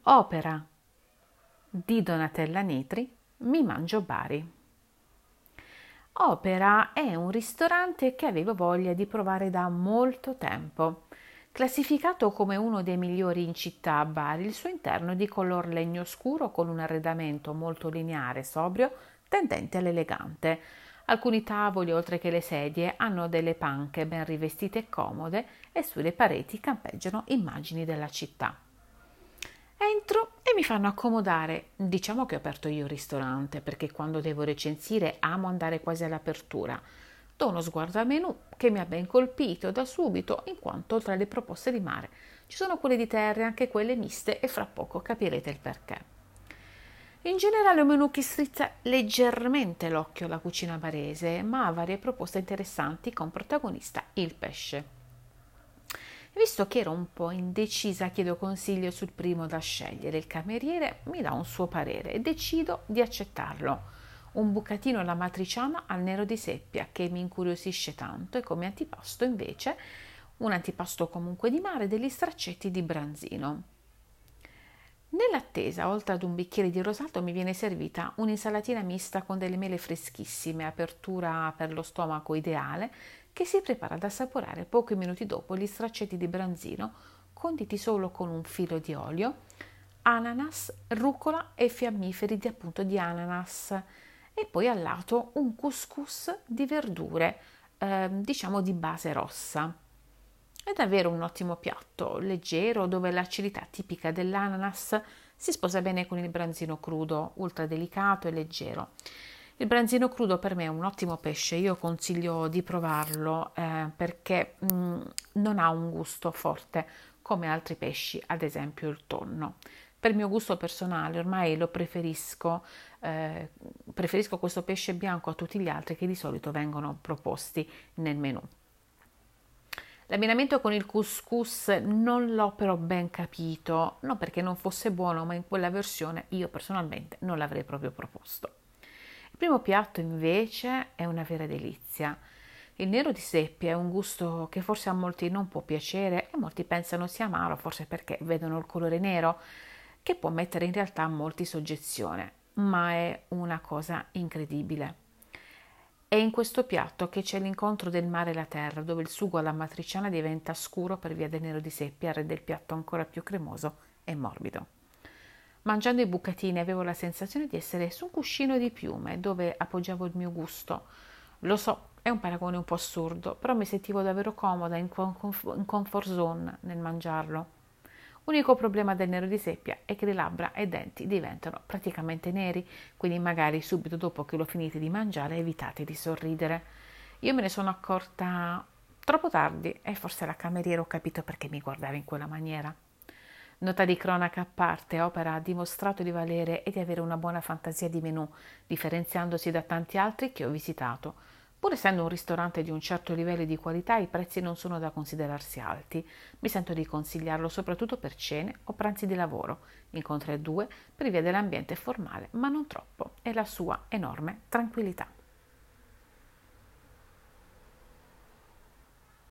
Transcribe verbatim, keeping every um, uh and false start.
Opera di Donatella Nitri, Mi mangio Bari. Opera è un ristorante che avevo voglia di provare da molto tempo. Classificato come uno dei migliori in città a Bari, il suo interno è di color legno scuro con un arredamento molto lineare e sobrio, tendente all'elegante. Alcuni tavoli, oltre che le sedie, hanno delle panche ben rivestite e comode e sulle pareti campeggiano immagini della città. Entro e mi fanno accomodare. Diciamo che ho aperto io il ristorante perché quando devo recensire amo andare quasi all'apertura. Do uno sguardo al menù che mi ha ben colpito da subito, in quanto oltre alle proposte di mare ci sono quelle di terra e anche quelle miste e fra poco capirete il perché. In generale è un menù che strizza leggermente l'occhio alla cucina barese, ma ha varie proposte interessanti con protagonista il pesce. Visto che ero un po' indecisa, chiedo consiglio sul primo da scegliere. Il cameriere mi dà un suo parere e decido di accettarlo. Un bucatino alla matriciana al nero di seppia che mi incuriosisce tanto, e come antipasto invece un antipasto comunque di mare, degli straccetti di branzino. Nell'attesa, oltre ad un bicchiere di rosato, mi viene servita un'insalatina mista con delle mele freschissime, apertura per lo stomaco ideale, che si prepara ad assaporare pochi minuti dopo gli straccetti di branzino conditi solo con un filo di olio, ananas, rucola e fiammiferi di appunto di ananas, e poi al lato un couscous di verdure, eh, diciamo di base rossa. È davvero un ottimo piatto, leggero, dove l'acidità tipica dell'ananas si sposa bene con il branzino crudo, ultra delicato e leggero. Il branzino crudo per me è un ottimo pesce, io consiglio di provarlo eh, perché mh, non ha un gusto forte come altri pesci, ad esempio il tonno. Per mio gusto personale ormai lo preferisco, eh, preferisco questo pesce bianco a tutti gli altri che di solito vengono proposti nel menù. L'abbinamento con il couscous non l'ho però ben capito, non perché non fosse buono, ma in quella versione io personalmente non l'avrei proprio proposto. Il primo piatto invece è una vera delizia. Il nero di seppia è un gusto che forse a molti non può piacere e molti pensano sia amaro, forse perché vedono il colore nero, che può mettere in realtà a molti soggezione, ma è una cosa incredibile. È in questo piatto che c'è l'incontro del mare e la terra, dove il sugo alla matriciana diventa scuro per via del nero di seppia e rende il piatto ancora più cremoso e morbido. Mangiando i bucatini avevo la sensazione di essere su un cuscino di piume dove appoggiavo il mio gusto. Lo so, è un paragone un po' assurdo, però mi sentivo davvero comoda in comfort zone nel mangiarlo. L'unico problema del nero di seppia è che le labbra e i denti diventano praticamente neri, quindi magari subito dopo che lo finite di mangiare evitate di sorridere. Io me ne sono accorta troppo tardi e forse la cameriera ho capito perché mi guardava in quella maniera. Nota di cronaca a parte, Opera ha dimostrato di valere e di avere una buona fantasia di menù, differenziandosi da tanti altri che ho visitato. Pur essendo un ristorante di un certo livello di qualità, i prezzi non sono da considerarsi alti. Mi sento di consigliarlo soprattutto per cene o pranzi di lavoro, incontri a due, per via dell'ambiente formale, ma non troppo, e la sua enorme tranquillità.